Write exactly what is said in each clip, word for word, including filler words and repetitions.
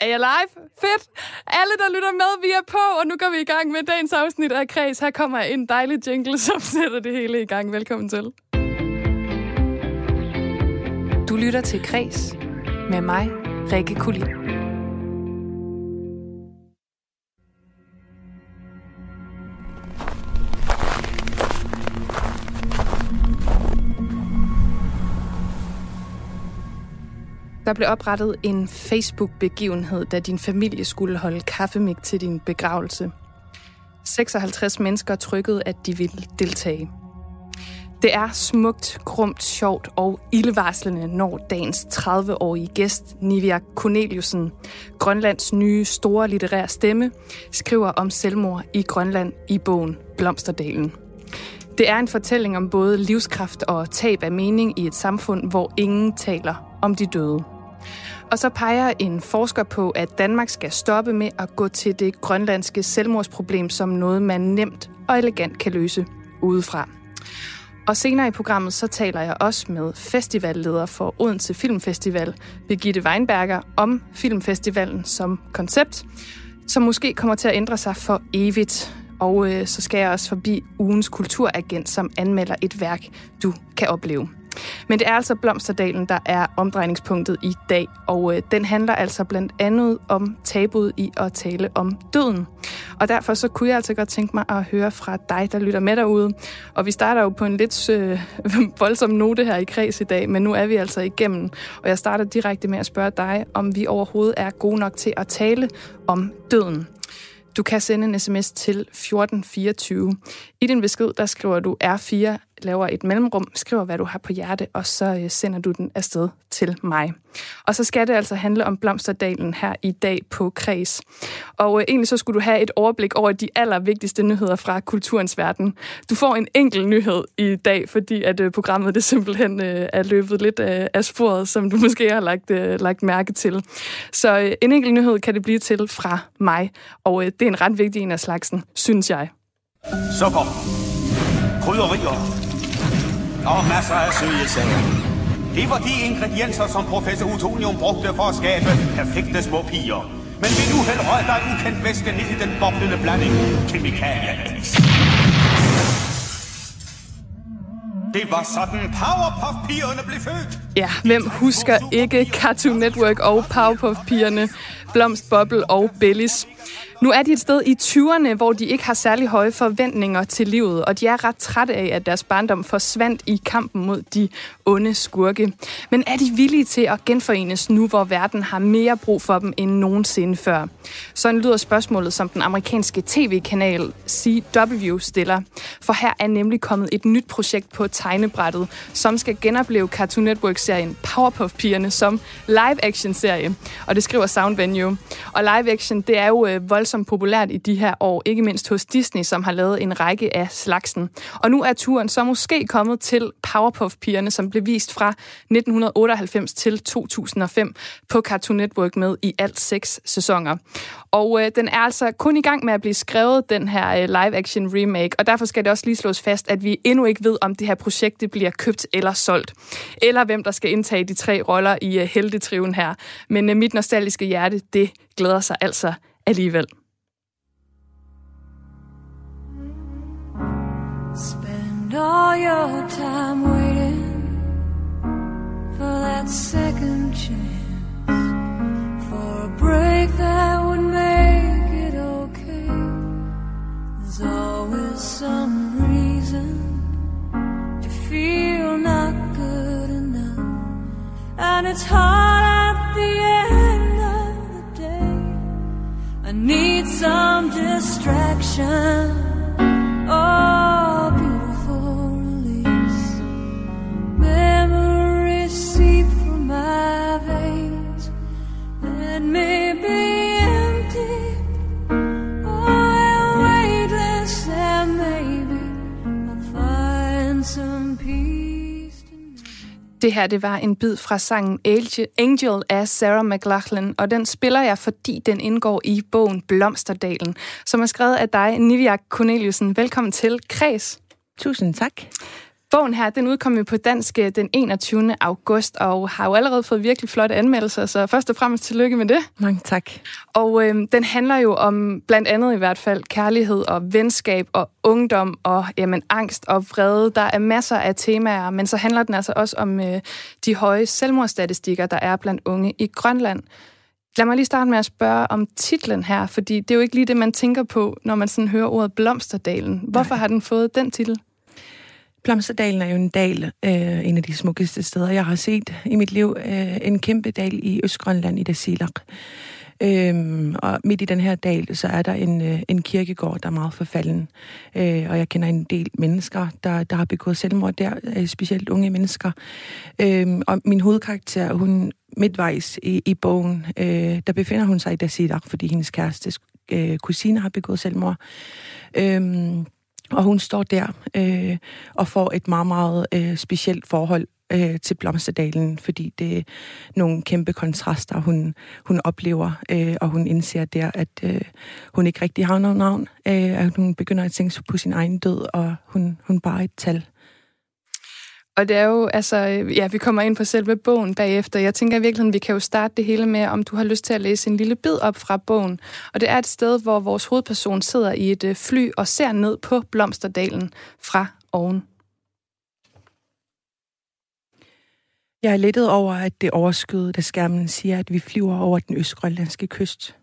Er jeg live? Fedt! Alle, der lytter med, vi er på, og nu går vi i gang med dagens afsnit af Kreds. Her kommer en dejlig jingle, som sætter det hele i gang. Velkommen til. Du lytter til Kreds med mig, Rikke Kulin. Der blev oprettet en Facebook-begivenhed, da din familie skulle holde kaffemik til din begravelse. seksoghalvtreds mennesker trykkede, at de ville deltage. Det er smukt, grumt, sjovt og ildevarslende, når dagens tredive-årige gæst, Niviaq Korneliussen, Grønlands nye store litterære stemme, skriver om selvmord i Grønland i bogen Blomsterdalen. Det er en fortælling om både livskraft og tab af mening i et samfund, hvor ingen taler om de døde. Og så peger en forsker på, at Danmark skal stoppe med at gå til det grønlandske selvmordsproblem som noget, man nemt og elegant kan løse udefra. Og senere i programmet, så taler jeg også med festivalleder for Odense Filmfestival, Birgitte Weinberger, om filmfestivalen som koncept, som måske kommer til at ændre sig for evigt. Og øh, så skal jeg også forbi ugens kulturagent, som anmelder et værk, du kan opleve. Men det er altså Blomsterdalen, der er omdrejningspunktet i dag, og øh, den handler altså blandt andet om tabuet i at tale om døden. Og derfor så kunne jeg altså godt tænke mig at høre fra dig, der lytter med derude. Og vi starter jo på en lidt øh, voldsom note her i Kreds i dag, men nu er vi altså igennem. Og jeg starter direkte med at spørge dig, om vi overhovedet er gode nok til at tale om døden. Du kan sende en sms til fjorten fireogtyve. I din besked, der skriver du R fire, laver et mellemrum, skriver, hvad du har på hjerte, og så sender du den afsted til mig. Og så skal det altså handle om Blomsterdalen her i dag på Kreds. Og øh, egentlig så skulle du have et overblik over de allervigtigste nyheder fra kulturens verden. Du får en enkelt nyhed i dag, fordi at øh, programmet det simpelthen øh, er løbet lidt øh, af sporet, som du måske har lagt, øh, lagt mærke til. Så øh, en enkelt nyhed kan det blive til fra mig, og øh, det er en ret vigtig en af slagsen, synes jeg. Sukker, krydderier og masser af søde sager. Det var de ingredienser, som professor Utonium brugte for at skabe perfekte små piger. Men vil du hælde røg dig ukendt væske ned i den boblende blanding Kemikalia X. Det var sådan Powerpuff-pigerne blev født. Ja, hvem husker ikke Cartoon Network og Powerpuff-pigerne, Blomst, Bobble og Bellis? Nu er de et sted i tyverne, hvor de ikke har særlig høje forventninger til livet, og de er ret trætte af, at deres barndom forsvandt i kampen mod de onde skurke. Men er de villige til at genforenes nu, hvor verden har mere brug for dem end nogensinde før? Sådan lyder spørgsmålet, som den amerikanske tv-kanal C W stiller. For her er nemlig kommet et nyt projekt på tegnebrættet, som skal genopleve Cartoon Network-serien Powerpuff-pigerne som live-action-serie. Og det skriver Sound Venue. Og live-action, det er jo øh, voldsomt populært i de her år, ikke mindst hos Disney, som har lavet en række af slagsen. Og nu er turen så måske kommet til Powerpuff-pigerne, som blev vist fra nitten otteoghalvfems til to tusind og fem på Cartoon Network med i alt seks sæsoner. Og øh, den er altså kun i gang med at blive skrevet, den her øh, live-action remake, og derfor skal det også lige slås fast, at vi endnu ikke ved, om det her projekt det bliver købt eller solgt, eller hvem der skal indtage de tre roller i øh, heltetriven her. Men øh, mit nostalgiske hjerte, det glæder sig altså alligevel. Spend all your time waiting for that second chance, for a break that would make it okay. There's always some reason to feel not good enough, and it's hard at the end of the day. I need some distraction. Oh, beautiful release. Memories seep from my veins. Let me be empty. Oh, weightless, and maybe I'll find some peace tonight. Det her, det var en bid fra sangen Angel af Sarah McLachlan, og den spiller jeg, fordi den indgår i bogen Blomsterdalen, som er skrevet af dig, Niviaq Korneliussen. Velkommen til Kreds. Tusind tak. Bogen her, den udkom jo på dansk den enogtyvende august, og har jo allerede fået virkelig flotte anmeldelser, så først og fremmest tillykke med det. Mange tak. Og øh, den handler jo om blandt andet i hvert fald kærlighed og venskab og ungdom og jamen, angst og vrede. Der er masser af temaer, men så handler den altså også om øh, de høje selvmordsstatistikker, der er blandt unge i Grønland. Lad mig lige starte med at spørge om titlen her, fordi det er jo ikke lige det, man tænker på, når man sådan hører ordet Blomsterdalen. Hvorfor Nej. har den fået den titel? Blomsterdalen er jo en dal, øh, en af de smukkeste steder, jeg har set i mit liv. Øh, en kæmpe dal i Østgrønland, i Tasiilaq. Øhm, og midt i den her dal, så er der en, øh, en kirkegård, der er meget forfalden. Øh, og jeg kender en del mennesker, der, der har begået selvmord der, øh, specielt unge mennesker. Øh, og min hovedkarakter, hun midtvejs i, i bogen, øh, der befinder hun sig i Tasiilaq, fordi hendes kæreste øh, kusine har begået selvmord. Øh, og hun står der øh, og får et meget, meget øh, specielt forhold øh, til Blomsterdalen, fordi det er nogle kæmpe kontraster, hun, hun oplever, øh, og hun indser der, at øh, hun ikke rigtig har noget navn, øh, at hun begynder at tænke på sin egen død, og hun, hun bare er et tal. Og det er jo, altså, ja, vi kommer ind på selve bogen bagefter. Jeg tænker i virkeligheden, vi kan jo starte det hele med, om du har lyst til at læse en lille bid op fra bogen. Og det er et sted, hvor vores hovedperson sidder i et fly og ser ned på Blomsterdalen fra oven. Jeg er lettet over, at det overskyet, da skærmen siger, at vi flyver over den østgrønlandske kyst.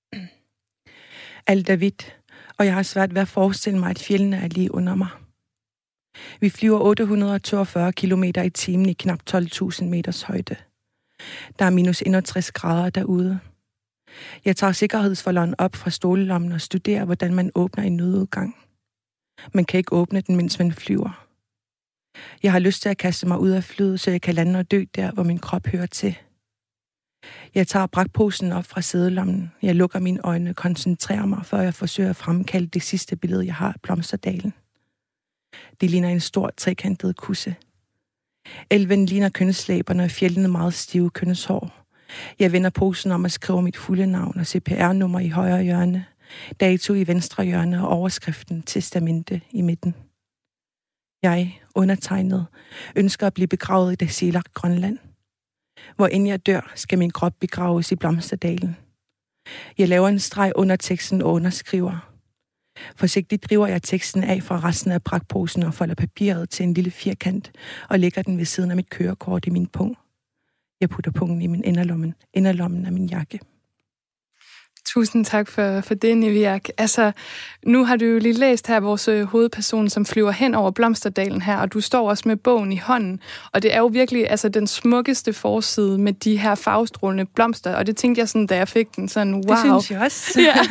Alt er hvidt, og jeg har svært ved at forestille mig, at fjellene er lige under mig. Vi flyver otte hundrede og toogfyrre kilometer i timen i knap tolv tusind meters højde. Der er minus enogtres grader derude. Jeg tager sikkerhedsforløjen op fra stolelommen og studerer, hvordan man åbner en nødudgang. Man kan ikke åbne den, mens man flyver. Jeg har lyst til at kaste mig ud af flyet, så jeg kan lande og dø der, hvor min krop hører til. Jeg tager brakposen op fra sædelommen. Jeg lukker mine øjne og koncentrerer mig, før jeg forsøger at fremkalde det sidste billede, jeg har af Blomsterdalen. Det ligner en stor, trekantet kusse. Elven ligner kønslæberne og fjeldene meget stive kønshår. Jeg vender posen om at skrive mit fulde navn og C P R-nummer i højre hjørne, dato i venstre hjørne og overskriften testamente i midten. Jeg, undertegnet, ønsker at blive begravet i Tasiilaq, Grønland. Hvor inden jeg dør, skal min krop begraves i Blomsterdalen. Jeg laver en streg under teksten og underskriver. Forsigtigt driver jeg teksten af fra resten af brakposen og folder papiret til en lille firkant og lægger den ved siden af mit kørekort i min pung. Jeg putter pungen i min inderlommen, inderlommen af min jakke. Tusind tak for, for det, Niviaq. Altså, nu har du jo lige læst her vores øh, hovedperson, som flyver hen over Blomsterdalen her, og du står også med bogen i hånden. Og det er jo virkelig altså, den smukkeste forside med de her farvestrålende blomster, og det tænkte jeg sådan, da jeg fik den, sådan wow. Det synes jeg også. Ja.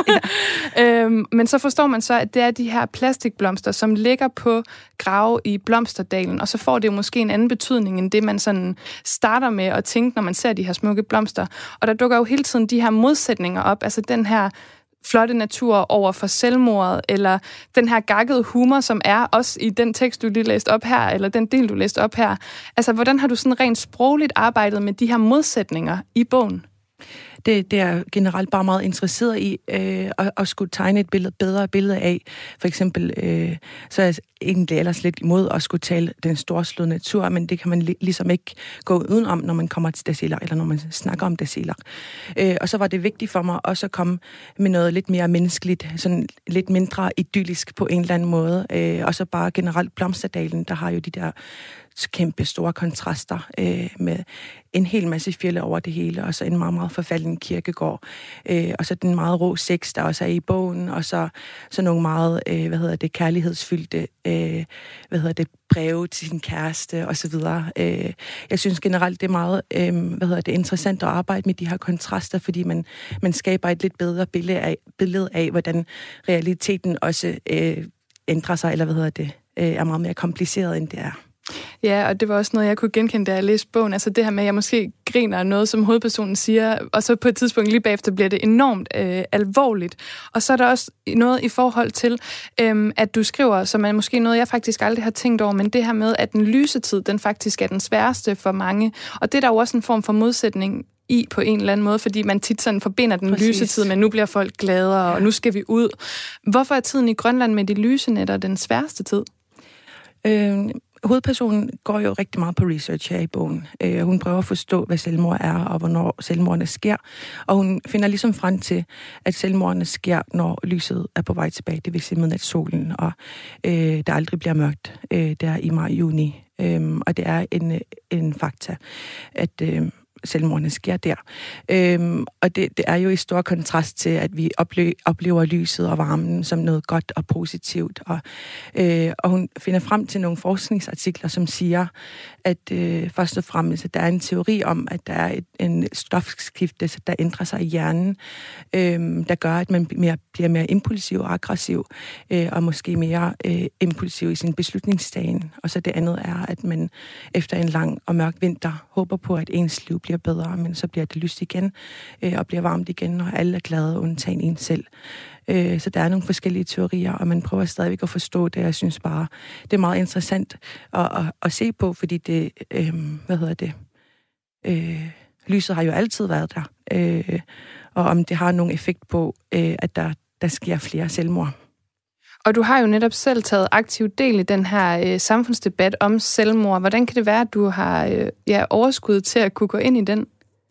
ja. øhm, men så forstår man så, at det er de her plastikblomster, som ligger på grave i Blomsterdalen, og så får det jo måske en anden betydning, end det man sådan starter med at tænke, når man ser de her smukke blomster. Og der dukker jo hele tiden de her modsætninger op, altså den her flotte natur over for selvmordet, eller den her gakkede humor, som er også i den tekst, du lige læste op her, eller den del, du læste op her. Altså, hvordan har du sådan rent sprogligt arbejdet med de her modsætninger i bogen? Det, det er jeg generelt bare meget interesseret i, øh, at, at skulle tegne et billede, bedre billede af. For eksempel, øh, så er jeg egentlig ellers lidt imod at skulle tale den storslåede natur, men det kan man li- ligesom ikke gå udenom, når man kommer til Tasiilaq, eller når man snakker om Tasiilaq. Øh, og så var det vigtigt for mig også at komme med noget lidt mere menneskeligt, sådan lidt mindre idyllisk på en eller anden måde. Øh, og så bare generelt Blomsterdalen, der har jo de der kæmpe store kontraster øh, med en hel masse fjelde over det hele, og så en meget, meget forfalden kirkegård. Øh, og så den meget rå sex, der også er i bogen, og så, så nogle meget, øh, hvad hedder det, kærlighedsfyldte, øh, hvad hedder det, breve til sin kæreste, og så videre. Øh, jeg synes generelt, det er meget, øh, hvad hedder det, interessant at arbejde med de her kontraster, fordi man, man skaber et lidt bedre billede af, billede af hvordan realiteten også øh, ændrer sig, eller hvad hedder det, øh, er meget mere kompliceret, end det er. Ja, og det var også noget, jeg kunne genkende, da jeg læste bogen. Altså det her med, at jeg måske griner af noget, som hovedpersonen siger, og så på et tidspunkt lige bagefter bliver det enormt øh, alvorligt. Og så er der også noget i forhold til, øh, at du skriver, som er måske noget, jeg faktisk aldrig har tænkt over, men det her med, at den lysetid, den faktisk er den sværeste for mange. Og det er der jo også en form for modsætning i på en eller anden måde, fordi man tit sådan forbinder den Præcis. lysetid med, nu bliver folk gladere, ja. og nu skal vi ud. Hvorfor er tiden i Grønland med de lyse nætter den sværeste tid? Øh, hovedpersonen går jo rigtig meget på research her i bogen. Øh, hun prøver at forstå, hvad selvmord er, og hvornår selvmordene sker. Og hun finder ligesom frem til, at selvmordene sker, når lyset er på vej tilbage. Det vil sige midnatssolen, og øh, der aldrig bliver mørkt. Øh, der i maj-juni. Øh, og det er en, en fakta, at øh, selvmordene sker der. Øhm, og det, det er jo i stor kontrast til, at vi ople- oplever lyset og varmen som noget godt og positivt. Og, øh, og hun finder frem til nogle forskningsartikler, som siger, at øh, først og fremmest, at der er en teori om, at der er et, en stofskifte, der ændrer sig i hjernen, øh, der gør, at man mere, bliver mere impulsiv og aggressiv, øh, og måske mere øh, impulsiv i sin beslutningsdagen. Og så det andet er, at man efter en lang og mørk vinter håber på, at ens liv bliver bedre, men så bliver det lyst igen, øh, og bliver varmt igen, og alle er glade, undtagen en selv. Øh, så der er nogle forskellige teorier, og man prøver stadigvæk at forstå det. Jeg synes bare, det er meget interessant at, at, at se på, fordi det, øh, hvad hedder det, øh, lyset har jo altid været der, øh, og om det har nogen effekt på, øh, at der, der sker flere selvmord. Og du har jo netop selv taget aktiv del i den her øh, samfundsdebat om selvmord. Hvordan kan det være, at du har øh, ja, overskud til at kunne gå ind i den?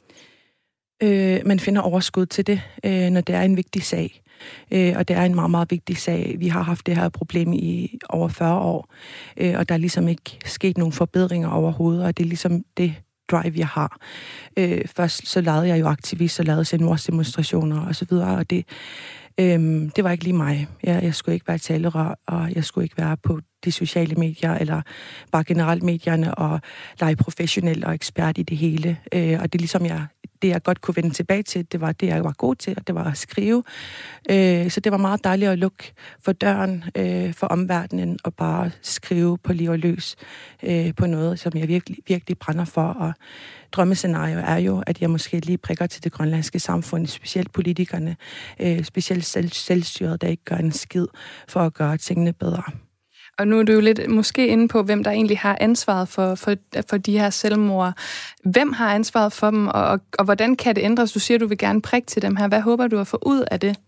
Øh, man finder overskud til det, øh, når det er en vigtig sag. Øh, og det er en meget, meget vigtig sag. Vi har haft det her problem i over fyrre år, øh, og der er ligesom ikke sket nogen forbedringer overhovedet, og det er ligesom det drive, jeg har. Øh, først så lavede jeg jo aktivist, og lavede selvmordsdemonstrationer og så videre, og det Øhm, det var ikke lige mig. Jeg, jeg skulle ikke være talerør, og jeg skulle ikke være på de sociale medier, eller bare generelt medierne, og lege professionel og ekspert i det hele. Øh, og det er ligesom, jeg, det jeg godt kunne vende tilbage til, det var det, jeg var god til, og det var at skrive. Øh, så det var meget dejligt at lukke for døren øh, for omverdenen, og bare skrive på liv og løs øh, på noget, som jeg virkelig, virkelig brænder for. Og drømmescenario er jo, at jeg måske lige prikker til det grønlandske samfund, specielt politikerne, øh, specielt selv, selvstyret, der ikke gør en skid for at gøre tingene bedre. Og nu er du jo lidt måske inde på, hvem der egentlig har ansvaret for, for, for de her selvmord. Hvem har ansvaret for dem, og, og, og hvordan kan det ændres? Du siger, du vil gerne prikke til dem her. Hvad håber du at få ud af det?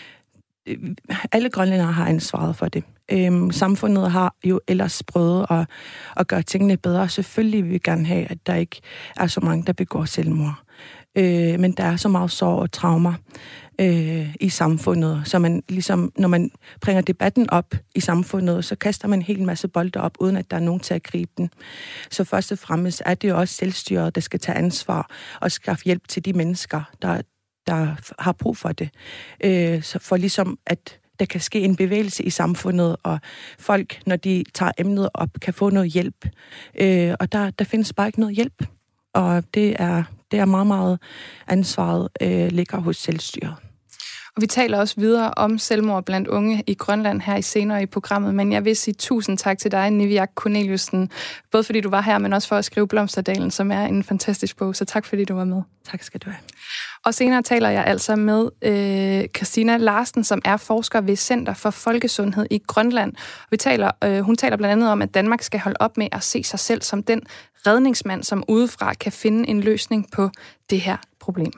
Alle grønlændere har ansvaret for det. Øhm, samfundet har jo ellers prøvet at, at gøre tingene bedre. Selvfølgelig vil vi gerne have, at der ikke er så mange, der begår selvmord. Øh, men der er så meget sorg og traumer øh, i samfundet, så man ligesom, når man bringer debatten op i samfundet, så kaster man en hel masse bolde op, uden at der er nogen til at gribe den. Så først og fremmest er det jo også selvstyret, der skal tage ansvar og skaffe hjælp til de mennesker, der, der har brug for det. Øh, så for ligesom at der kan ske en bevægelse i samfundet, og folk, når de tager emnet op, kan få noget hjælp. Øh, og der, der findes bare ikke noget hjælp. Og det er, det er meget, meget ansvaret øh, ligger hos selvstyret. Og vi taler også videre om selvmord blandt unge i Grønland her i senere i programmet, men jeg vil sige tusind tak til dig, Niviaq Korneliussen, både fordi du var her, men også for at skrive Blomsterdalen, som er en fantastisk bog, så tak fordi du var med. Tak skal du have. Og senere taler jeg altså med øh, Christina Larsen, som er forsker ved Center for Folkesundhed i Grønland. Vi taler, øh, hun taler blandt andet om, at Danmark skal holde op med at se sig selv som den redningsmand, som udefra kan finde en løsning på det her problem.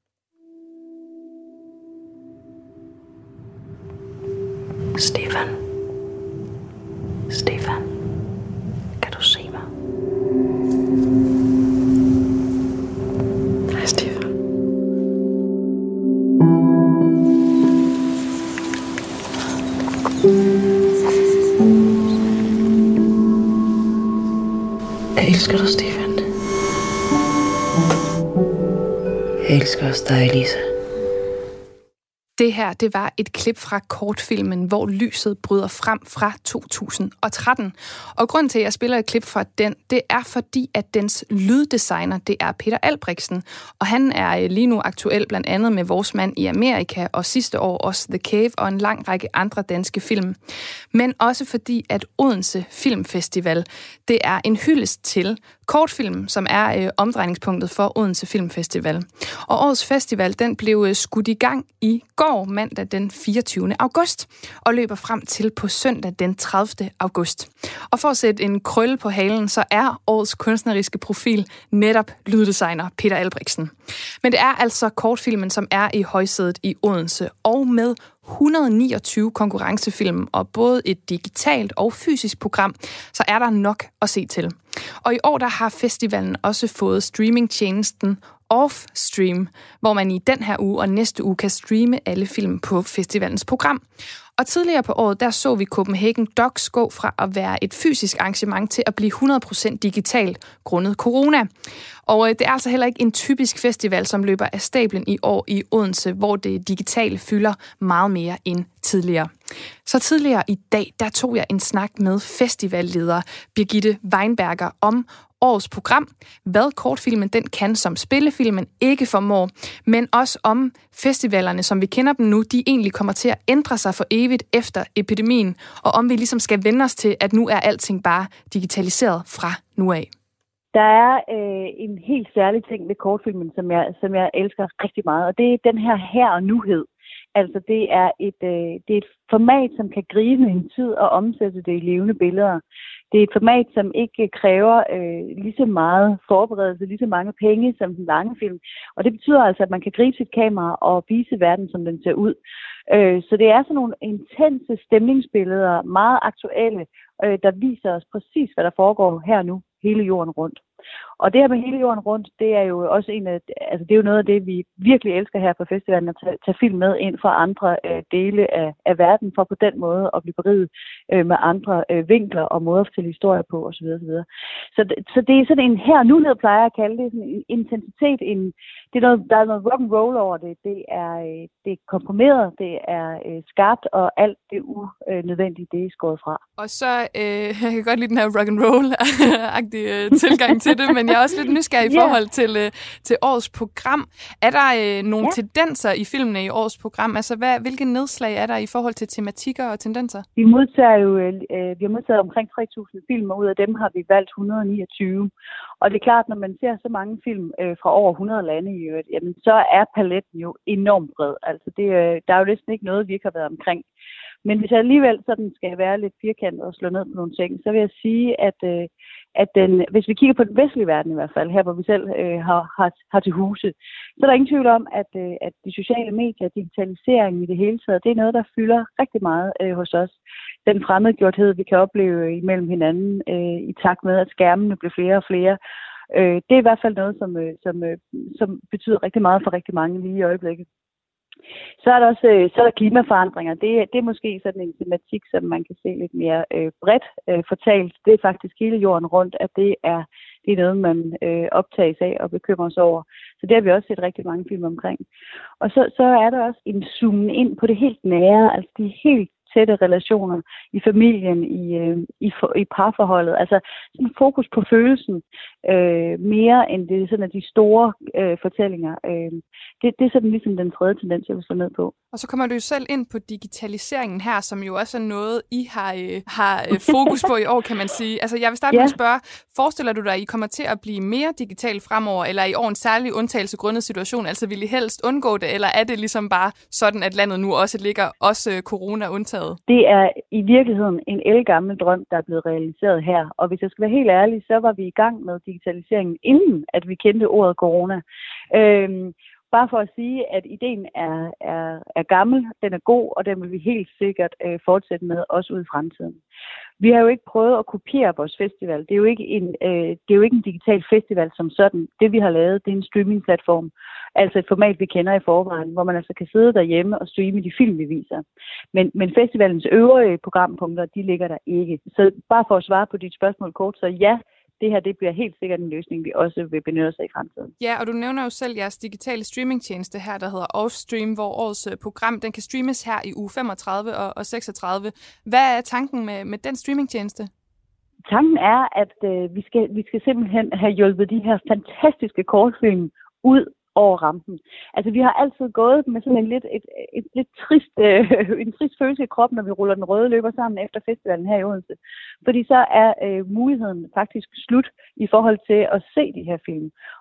Stefan. Stefan. Kan du se mig? Hej, Stefan. Jeg elsker dig, Stefan. Jeg elsker også dig, Elisa. Det her, det var et klip fra kortfilmen, hvor lyset bryder frem fra to tusind og tretten. Og grunden til, at jeg spiller et klip fra den, det er fordi, at dens lyddesigner, det er Peter Albrechtsen. Og han er lige nu aktuel blandt andet med Vores Mand i Amerika, og sidste år også The Cave og en lang række andre danske film. Men også fordi, at Odense Filmfestival, det er en hyldest til kortfilm, som er øh, omdrejningspunktet for Odense Filmfestival. Og årets festival, den blev øh, skudt i gang i går. går mandag den fireogtyvende august og løber frem til på søndag den tredivte august. Og for at sætte en krølle på halen, så er årets kunstneriske profil netop lyddesigner Peter Albrechtsen. Men det er altså kortfilmen, som er i højsædet i Odense, og med et hundrede og niogtyve konkurrencefilm og både et digitalt og fysisk program, så er der nok at se til. Og i år der har festivalen også fået streamingtjenesten Offstream, hvor man i den her uge og næste uge kan streame alle film på festivalens program. Og tidligere på året, der så vi Copenhagen Docs gå fra at være et fysisk arrangement til at blive hundrede procent digitalt grundet corona. Og det er altså heller ikke en typisk festival, som løber af stablen i år i Odense, hvor det digitale fylder meget mere end tidligere. Så tidligere i dag, der tog jeg en snak med festivalleder Birgitte Weinberger om årets program, hvad kortfilmen den kan, som spillefilmen ikke formår, men også om festivalerne, som vi kender dem nu, de egentlig kommer til at ændre sig for evigt efter epidemien, og om vi ligesom skal vende os til, at nu er alting bare digitaliseret fra nu af. Der er øh, en helt særlig ting ved kortfilmen, som jeg, som jeg elsker rigtig meget, og det er den her her og nuhed. Altså det er et, øh, det er et format, som kan gribe en tid og omsætte det i levende billeder. Det er et format, som ikke kræver øh, lige så meget forberedelse, lige så mange penge som den lange film. Og det betyder altså, at man kan gribe sit kamera og vise verden, som den ser ud. Øh, så det er sådan nogle intense stemningsbilleder, meget aktuelle, øh, der viser os præcis, hvad der foregår her nu, hele jorden rundt. Og det her med hele jorden rundt, det er jo også en af, altså det er jo noget af det, vi virkelig elsker her på festivalen, at tage, tage film med ind fra andre øh, dele af, af verden, for på den måde at blive beriget øh, med andre øh, vinkler og måder at fortælle historier på osv. osv. Så, så det er sådan en her nu ned, plejer jeg at kalde det, sådan en intensitet, en, det er noget, der er noget rock and roll over det, det er, øh, det er komprimeret, det er øh, skarpt, og alt det unødvendige, det er skåret fra. Og så, øh, jeg kan godt lide den her rock and roll-agtige øh, tilgang til det, men jeg er også lidt nysgerrig i forhold til, øh, til årets program. Er der øh, nogle ja. tendenser i filmene i årets program? Altså, hvad, hvilke nedslag er der i forhold til tematikker og tendenser? Vi modtager jo øh, vi har modtaget omkring tre tusind film, og ud af dem har vi valgt et hundrede og niogtyve. Og det er klart, når man ser så mange film øh, fra over hundrede lande i øvrigt, jamen, så er paletten jo enormt bred. Altså, det, øh, der er jo næsten ikke noget, vi ikke har været omkring. Men hvis jeg alligevel sådan skal være lidt firkantet og slå ned på nogle ting, så vil jeg sige, at, øh, at den, hvis vi kigger på den vestlige verden i hvert fald, her hvor vi selv øh, har, har, har til huse, så er der ingen tvivl om, at, øh, at de sociale medier, digitaliseringen i det hele taget, det er noget, der fylder rigtig meget øh, hos os. Den fremmedgjorthed, vi kan opleve imellem hinanden øh, i takt med, at skærmene bliver flere og flere, øh, det er i hvert fald noget, som, øh, som, øh, som betyder rigtig meget for rigtig mange lige i øjeblikket. Så er der også så er der klimaforandringer. Det, det er måske sådan en tematik, som man kan se lidt mere øh, bredt øh, fortalt. Det er faktisk hele jorden rundt, at det er, det er noget, man øh, optages af og bekymrer sig over. Så det har vi også set rigtig mange film omkring. Og så, så er der også en zoomen ind på det helt nære, altså de helt tætte relationer i familien, i, øh, i, for, i parforholdet. Altså sådan fokus på følelsen øh, mere end det sådan, at de store øh, fortællinger. Øh, det, det er sådan ligesom den tredje tendens, jeg vil slå ned på. Og så kommer du jo selv ind på digitaliseringen her, som jo også er noget, I har, øh, har øh, fokus på i år, kan man sige. Altså jeg vil starte ja. med at spørge, forestiller du dig, at I kommer til at blive mere digital fremover, eller er I år en særlig undtagelse grundet situation? Altså vil I helst undgå det, eller er det ligesom bare sådan, at landet nu også ligger også øh, corona undtaget? Det er i virkeligheden en ældgammel drøm, der er blevet realiseret her. Og hvis jeg skal være helt ærlig, så var vi i gang med digitaliseringen, inden at vi kendte ordet corona. Øhm, bare for at sige, at ideen er, er, er gammel, den er god, og den vil vi helt sikkert øh, fortsætte med, også ud i fremtiden. Vi har jo ikke prøvet at kopiere vores festival. Det er jo ikke en, øh, det er jo ikke en digital festival som sådan. Det vi har lavet, det er en streamingplatform. Altså et format, vi kender i forvejen, hvor man altså kan sidde derhjemme og streame de film, vi viser. Men, men festivalens øvrige programpunkter, de ligger der ikke. Så bare for at svare på dit spørgsmål kort, så ja, det her det bliver helt sikkert en løsning, vi også vil benytte os af i fremtiden. Ja, og du nævner jo selv jeres digitale streamingtjeneste her, der hedder Offstream, hvor årets program den kan streames her i uge femogtredive og, og seksogtredive. Hvad er tanken med, med den streamingtjeneste? Tanken er, at øh, vi, skal, vi skal simpelthen have hjulpet de her fantastiske kortfilm ud over rampen. Altså, vi har altid gået med sådan en lidt, et, et, lidt trist, øh, en trist følelse i kroppen, når vi ruller den røde løber sammen efter festivalen her i Odense. Fordi så er øh, muligheden faktisk slut i forhold til at se de her film.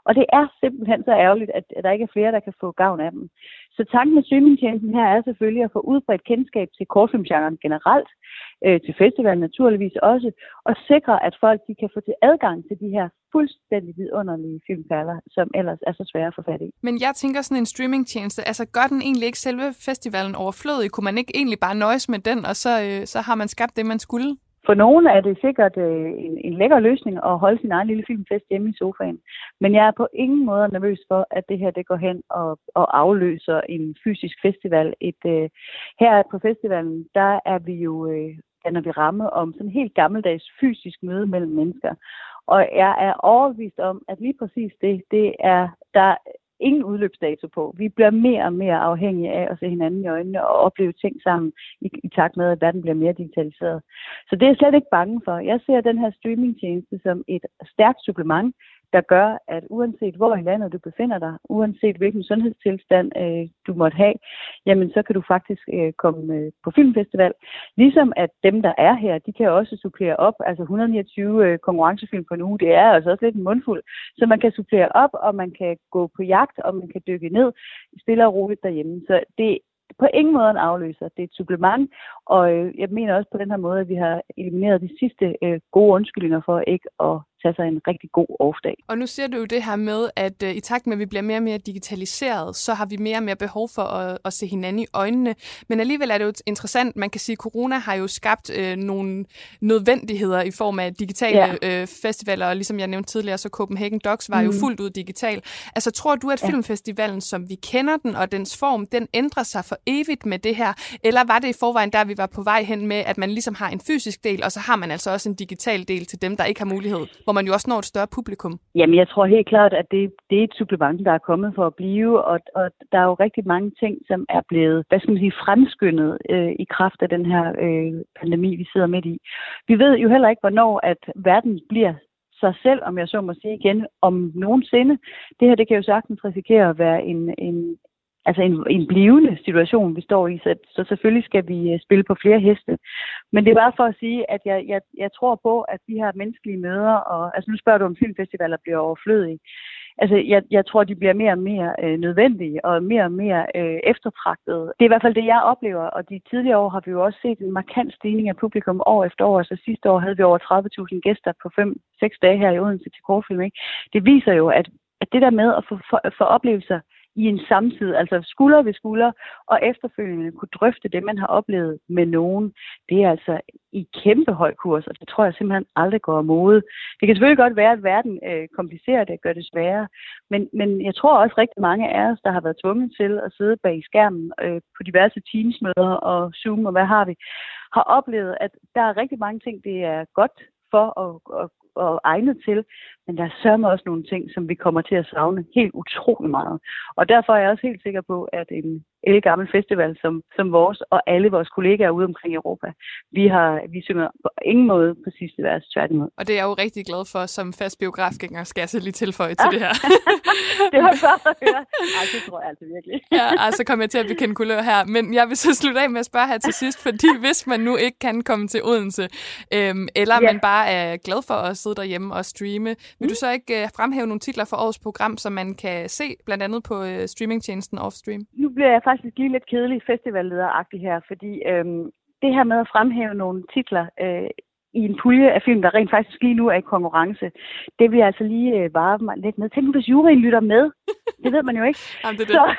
Og det er simpelthen så ærgerligt, at der ikke er flere, der kan få gavn af dem. Så tanken med streamingtjenesten her er selvfølgelig at få udbredt kendskab til kortfilmgenren generelt, øh, til festivalen naturligvis også, og sikre, at folk de kan få til adgang til de her fuldstændig vidunderlige filmperler, som ellers er så svære at få fat i. Men jeg tænker sådan en streamingtjeneste, altså gør den egentlig ikke selve festivalen overflødig? Kunne man ikke egentlig bare nøjes med den, og så, øh, så har man skabt det, man skulle? For nogen er det sikkert øh, en, en lækker løsning at holde sin egen lille filmfest hjemme i sofaen. Men jeg er på ingen måde nervøs for, at det her det går hen og, og afløser en fysisk festival. Et, øh, her på festivalen, der er vi jo, øh, danner vi ramme om sådan en helt gammeldags fysisk møde mellem mennesker. Og jeg er overbevist om, at lige præcis det, det er der ingen udløbsdato på. Vi bliver mere og mere afhængige af at se hinanden i øjnene og opleve ting sammen i, i takt med, at verden bliver mere digitaliseret. Så det er jeg slet ikke bange for. Jeg ser den her streamingtjeneste som et stærkt supplement, der gør, at uanset hvor i landet du befinder dig, uanset hvilken sundhedstilstand øh, du måtte have, jamen så kan du faktisk øh, komme øh, på filmfestival. Ligesom at dem, der er her, de kan også supplere op. Altså et hundrede og niogtyve øh, konkurrencefilm på en uge, det er altså også lidt en mundfuld. Så man kan supplere op, og man kan gå på jagt, og man kan dykke ned stille og roligt derhjemme. Så det på ingen måde en afløser. Det er et supplement, og øh, jeg mener også på den her måde, at vi har elimineret de sidste øh, gode undskyldninger for ikke at tage sig en rigtig god off-dag. Og nu siger du jo det her med, at øh, i takt med, at vi bliver mere og mere digitaliseret, så har vi mere og mere behov for at, at se hinanden i øjnene. Men alligevel er det jo interessant, man kan sige, at corona har jo skabt øh, nogle nødvendigheder i form af digitale ja. øh, festivaler, og ligesom jeg nævnte tidligere, så Copenhagen Docs var mm. jo fuldt ud digital. Altså tror du, at ja. filmfestivalen, som vi kender den, og dens form, den ændrer sig for evigt med det her? Eller var det i forvejen, der vi var på vej hen med, at man ligesom har en fysisk del, og så har man altså også en digital del til dem, der ikke har mulighed, hvor man jo også når et større publikum? Jamen, jeg tror helt klart, at det, det er et supplement, der er kommet for at blive, og, og der er jo rigtig mange ting, som er blevet, hvad skal man sige, fremskyndet øh, i kraft af den her øh, pandemi, vi sidder midt i. Vi ved jo heller ikke, hvornår at verden bliver sig selv, om jeg så må sige igen, om nogensinde. Det her, det kan jo sagtens risikere at være en, en Altså en, en blivende situation, vi står i, så, så selvfølgelig skal vi spille på flere heste. Men det er bare for at sige, at jeg, jeg, jeg tror på, at de her menneskelige møder, og altså nu spørger du om filmfestivaler bliver overflødige. Altså jeg, jeg tror, de bliver mere og mere øh, nødvendige og mere og mere øh, eftertragtede. Det er i hvert fald det, jeg oplever, og de tidligere år har vi jo også set en markant stigning af publikum år efter år. Så sidste år havde vi over tredive tusind gæster på fem seks dage her i Odense til kortfilm. Ikke? Det viser jo, at, at det der med at få, for, for oplevelser i en samtid, altså skulder ved skulder, og efterfølgende kunne drøfte det, man har oplevet med nogen, det er altså i kæmpe høj kurs, og det tror jeg simpelthen aldrig går af mode. Det kan selvfølgelig godt være, at verden øh, komplicerer det, gør det sværere, men, men jeg tror også rigtig mange af os, der har været tvunget til at sidde bag skærmen øh, på diverse Teams-møder og Zoom, og hvad har vi, har oplevet, at der er rigtig mange ting, det er godt for at, at og egnet til, men der er sørme også nogle ting, som vi kommer til at savne helt utrolig meget. Og derfor er jeg også helt sikker på, at en ældgammel festival som, som vores, og alle vores kollegaer ude omkring Europa, vi har vi synger på ingen måde på sidste vers, tværtimod. Og det er jeg jo rigtig glad for, som fast biografgænger, skal jeg så lige tilføje til det her. Det var godt at høre. Ej, det tror jeg altså virkelig. Ja, altså kommer jeg til at bekende kulør her. Men jeg vil så slutte af med at spørge her til sidst, fordi hvis man nu ikke kan komme til Odense, øhm, eller ja. man bare er glad for at sidde derhjemme og streame, vil mm. du så ikke øh, fremhæve nogle titler for årets program, som man kan se, blandt andet på øh, streamingtjenesten Offstream? Nu bliver jeg faktisk lige lidt kedelig festivallederagtig her, fordi øhm, det her med at fremhæve nogle titler øh, i en pulje af film, der rent faktisk lige nu er i konkurrence, det vil jeg altså lige øh, vare mig lidt med. Tænk, hvis juryen lytter med. Det ved man jo ikke. Jamen, det er det. Så,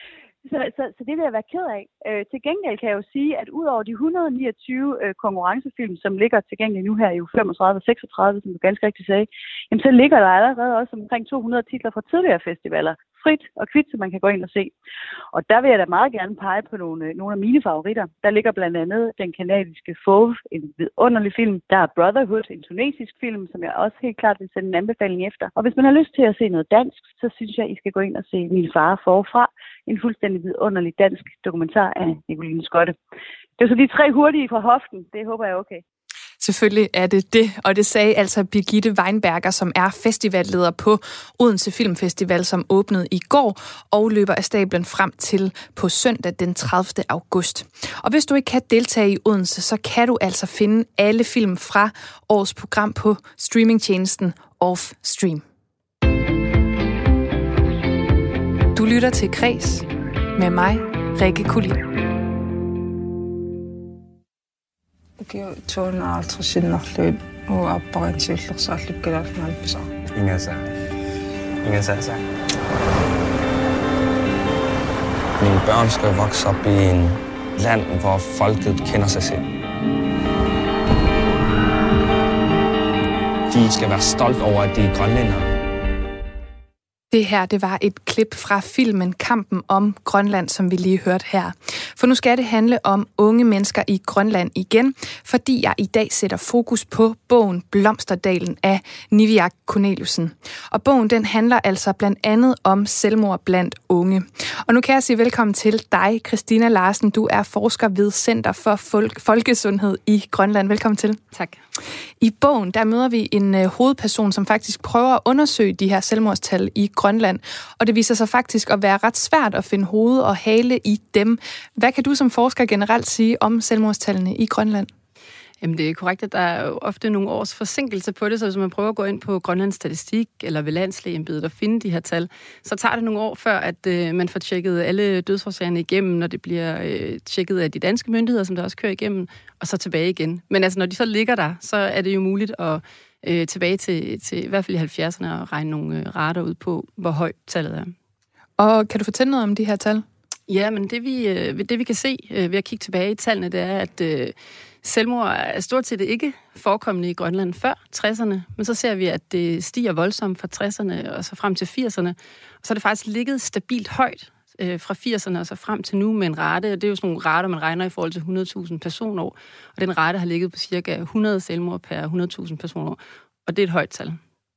så, så, så det vil jeg være ked af. Øh, til gengæld kan jeg jo sige, at ud over de et hundrede og niogtyve øh, konkurrencefilm, som ligger tilgængelige nu her i uge femogtredive og seksogtredive, som du ganske rigtigt sagde, jamen så ligger der allerede også omkring to hundrede titler fra tidligere festivaler, frit og kvidt, så man kan gå ind og se. Og der vil jeg da meget gerne pege på nogle, nogle af mine favoritter. Der ligger blandt andet den kanadiske Fauve, en vidunderlig film. Der er Brotherhood, en tunesisk film, som jeg også helt klart vil sende en anbefaling efter. Og hvis man har lyst til at se noget dansk, så synes jeg, I skal gå ind og se Min far forfra. En fuldstændig vidunderlig dansk dokumentar af Nicoline Skotte. Det er så de tre hurtige fra hoften. Det håber jeg er okay. Selvfølgelig er det det, og det sagde altså Birgitte Weinberger, som er festivalleder på Odense Filmfestival, som åbnede i går og løber af stablen frem til på søndag den tredivte august. Og hvis du ikke kan deltage i Odense, så kan du altså finde alle film fra årets program på streamingtjenesten Offstream. Du lytter til Kreds med mig, Rikke Kulin. to hundrede og halvtreds sinderløb og opbrændsilder, så lidt gælder man på sig. Ingen sag. Ingen sag, sag. Mine børn skal vokse op i en land, hvor folket kender sig selv. De skal være stolt over, at de er grønlændere. Det her, det var et klip fra filmen Kampen om Grønland, som vi lige hørte her. For nu skal det handle om unge mennesker i Grønland igen, fordi jeg i dag sætter fokus på bogen Blomsterdalen af Niviaq Korneliussen. Og bogen, den handler altså blandt andet om selvmord blandt unge. Og nu kan jeg sige velkommen til dig, Christina Larsen. Du er forsker ved Center for Folk- Folkesundhed i Grønland. Velkommen til. Tak. I bogen, der møder vi en uh, hovedperson, som faktisk prøver at undersøge de her selvmordstal i Grønland. Og det viser sig faktisk at være ret svært at finde hoved og hale i dem. Hvad kan du som forsker generelt sige om selvmordstallene i Grønland? Jamen det er korrekt, at der er jo ofte nogle års forsinkelse på det, så hvis man prøver at gå ind på Grønlands Statistik eller ved Landslægeembedet og finde de her tal, så tager det nogle år før, at øh, man får tjekket alle dødsårsagerne igennem, når det bliver øh, tjekket af de danske myndigheder, som der også kører igennem, og så tilbage igen. Men altså, når de så ligger der, så er det jo muligt at øh, tilbage til, til i hvert fald i halvfjerdserne og regne nogle øh, rater ud på, hvor højt tallet er. Og kan du fortælle noget om de her tal? Ja, men det vi, øh, det vi kan se øh, ved at kigge tilbage i tallene, det er, at øh, selvmord er stort set ikke forekommende i Grønland før tresserne, men så ser vi, at det stiger voldsomt fra tresserne og så frem til firserne. Og så er det faktisk ligget stabilt højt øh, fra firserne og så frem til nu med en rate. Og det er jo sådan nogle rater, man regner i forhold til hundrede tusind personår. Og den rate har ligget på cirka hundrede selvmord per hundrede tusind personår. Og det er et højt tal.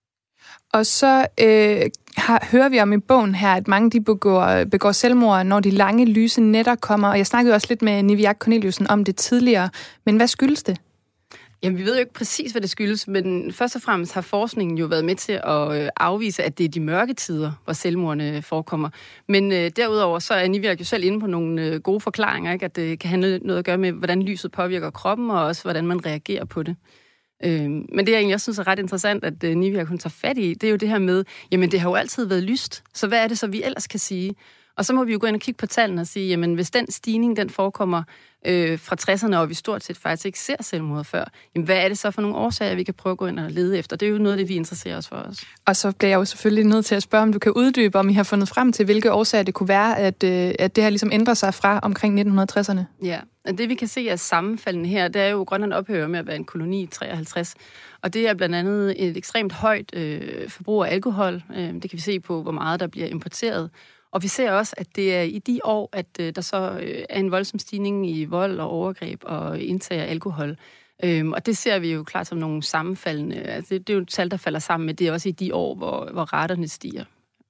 Og så øh, har, hører vi om i bogen her, at mange de begår, begår selvmord, når de lange lyse nætter kommer. Og jeg snakkede også lidt med Niviaq Korneliussen om det tidligere. Men hvad skyldes det? Jamen, vi ved jo ikke præcis, hvad det skyldes, men først og fremmest har forskningen jo været med til at afvise, at det er de mørke tider, hvor selvmordene forekommer. Men øh, derudover så er Niviaq jo selv inde på nogle øh, gode forklaringer, ikke? At det kan handle noget at gøre med, hvordan lyset påvirker kroppen, og også hvordan man reagerer på det. Øh, men det, jeg egentlig også synes er ret interessant, at øh, Niviaq hun tager fat i, det er jo det her med, jamen det har jo altid været lyst, så hvad er det så, vi ellers kan sige? Og så må vi jo gå ind og kigge på tallene og sige, jamen hvis den stigning, den forekommer øh, fra tresserne, og vi stort set faktisk ikke ser selvmord før, jamen hvad er det så for nogle årsager, vi kan prøve at gå ind og lede efter? Det er jo noget af det, vi interesserer os for os. Og så bliver jeg jo selvfølgelig nødt til at spørge, om du kan uddybe, om I har fundet frem til, hvilke årsager det kunne være, at, øh, at det her ligesom ændrer sig fra omkring nitten tresserne. Ja, og det vi kan se er sammenfaldende her, det er jo, at Grønland ophører med at være en koloni i treoghalvtreds. Og det er blandt andet et ekstremt højt øh, forbrug af alkohol. Øh, det kan vi se på, hvor meget der bliver importeret. Og vi ser også, at det er i de år, at øh, der så øh, er en voldsom stigning i vold og overgreb og indtag af alkohol. Øhm, og det ser vi jo klart som nogle sammenfaldende. Altså, det, det er jo et tal, der falder sammen med. Det er også i de år, hvor, hvor raterne stiger.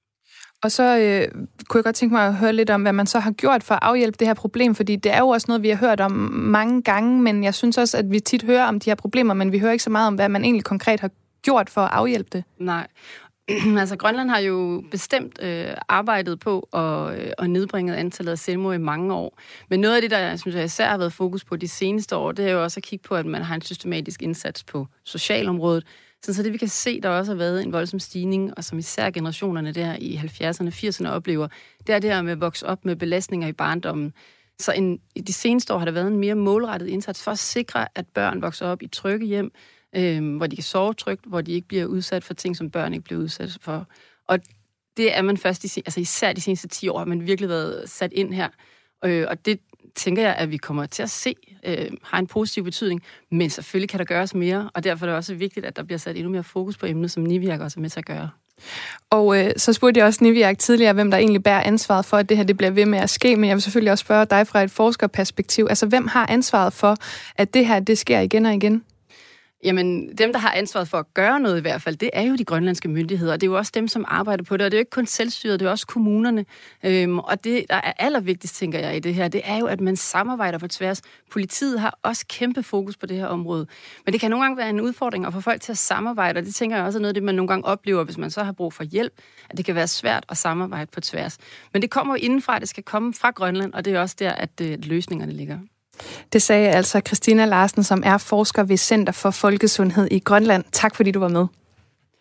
Og så øh, kunne jeg godt tænke mig at høre lidt om, hvad man så har gjort for at afhjælpe det her problem, fordi det er jo også noget, vi har hørt om mange gange, men jeg synes også, at vi tit hører om de her problemer, men vi hører ikke så meget om, hvad man egentlig konkret har gjort for at afhjælpe det. Nej. Altså, Grønland har jo bestemt øh, arbejdet på at, øh, at nedbringe antallet af selvmord i mange år. Men noget af det, der synes jeg især har været fokus på de seneste år, det er jo også at kigge på, at man har en systematisk indsats på socialområdet. Så det vi kan se, der også har været en voldsom stigning, og som især generationerne der i halvfjerdserne, firserne oplever, det er det her med at vokse op med belastninger i barndommen. Så en, i de seneste år har der været en mere målrettet indsats for at sikre, at børn vokser op i trygge hjem, øh, hvor de kan sove trygt, hvor de ikke bliver udsat for ting, som børn ikke bliver udsat for. Og det er man først, i, altså især de seneste ti år, har man virkelig været sat ind her. Øh, og det tænker jeg, at vi kommer til at se, øh, har en positiv betydning, men selvfølgelig kan der gøres mere, og derfor er det også vigtigt, at der bliver sat endnu mere fokus på emnet, som Niviaq også er med til at gøre. Og øh, så spurgte jeg også Niviaq tidligere, hvem der egentlig bærer ansvaret for, at det her det bliver ved med at ske, men jeg vil selvfølgelig også spørge dig fra et forskerperspektiv. Altså, hvem har ansvaret for, at det her det sker igen og igen? Jamen, dem, der har ansvaret for at gøre noget i hvert fald, det er jo de grønlandske myndigheder, og det er jo også dem, som arbejder på det, og det er jo ikke kun selvstyret, det er også kommunerne. Øhm, og det, der er allervigtigst, tænker jeg, i det her, det er jo, at man samarbejder på tværs. Politiet har også kæmpe fokus på det her område. Men det kan nogle gange være en udfordring at få folk til at samarbejde, og det tænker jeg også er noget af det, man nogle gange oplever, hvis man så har brug for hjælp, at det kan være svært at samarbejde på tværs. Men det kommer jo indenfra, det skal komme fra Grønland, og det er også der, at øh, løsningerne ligger. Det sagde altså Christina Larsen, som er forsker ved Center for Folkesundhed i Grønland. Tak fordi du var med.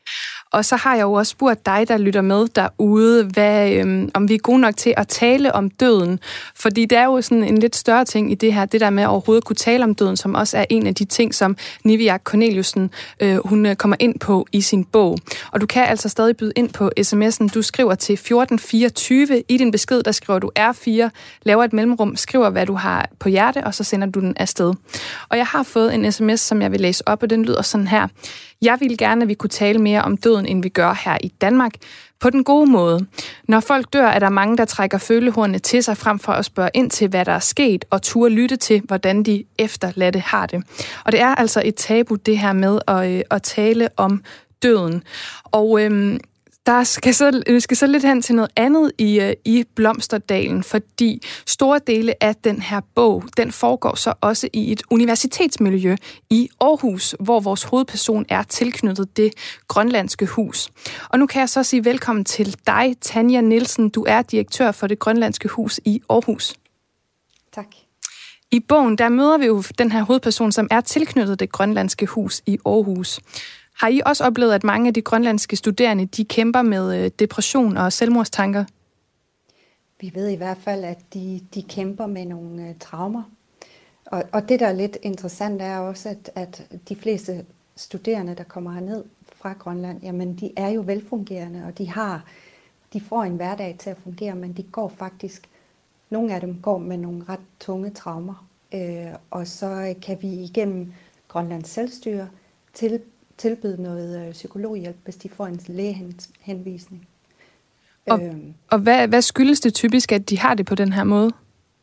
Og så har jeg jo også spurgt dig, der lytter med derude, hvad, øhm, om vi er gode nok til at tale om døden. Fordi det er jo sådan en lidt større ting i det her, det der med at overhovedet kunne tale om døden, som også er en af de ting, som Niviaq Korneliussen, øh, hun kommer ind på i sin bog. Og du kan altså stadig byde ind på sms'en. Du skriver til fjorten fireogtyve. I din besked, der skriver du R fire, laver et mellemrum, skriver, hvad du har på hjerte, og så sender du den afsted. Og jeg har fået en sms, som jeg vil læse op, og den lyder sådan her. Jeg ville gerne, at vi kunne tale mere om døden, end vi gør her i Danmark. På den gode måde. Når folk dør, er der mange, der trækker følehornene til sig, frem for at spørge ind til, hvad der er sket, og turde lytte til, hvordan de efterladte har det. Og det er altså et tabu, det her med at, øh, at tale om døden. Og øhm, der skal så, vi skal så lidt hen til noget andet i, øh, i Blomsterdalen, fordi store dele af den her bog, den foregår så også i et universitetsmiljø i Aarhus, hvor vores hovedperson er tilknyttet det grønlandske hus. Og nu kan jeg så sige velkommen til dig, Tanja Nielsen. Du er direktør for det grønlandske hus i Aarhus. Tak. I bogen, der møder vi jo den her hovedperson, som er tilknyttet det grønlandske hus i Aarhus. Har I også oplevet, at mange af de grønlandske studerende, de kæmper med depression og selvmordstanker? Vi ved i hvert fald, at de, de kæmper med nogle uh, traumer. Og, og det, der er lidt interessant, er også, at, at de fleste studerende, der kommer herned fra Grønland, jamen de er jo velfungerende, og de har, de får en hverdag til at fungere, men de går faktisk, nogle af dem går med nogle ret tunge traumer. Øh, og så kan vi igennem Grønlands selvstyre til tilbyde noget øh, psykologhjælp, hvis de får en lægehenvisning. Og, øhm. og hvad, hvad skyldes det typisk, at de har det på den her måde?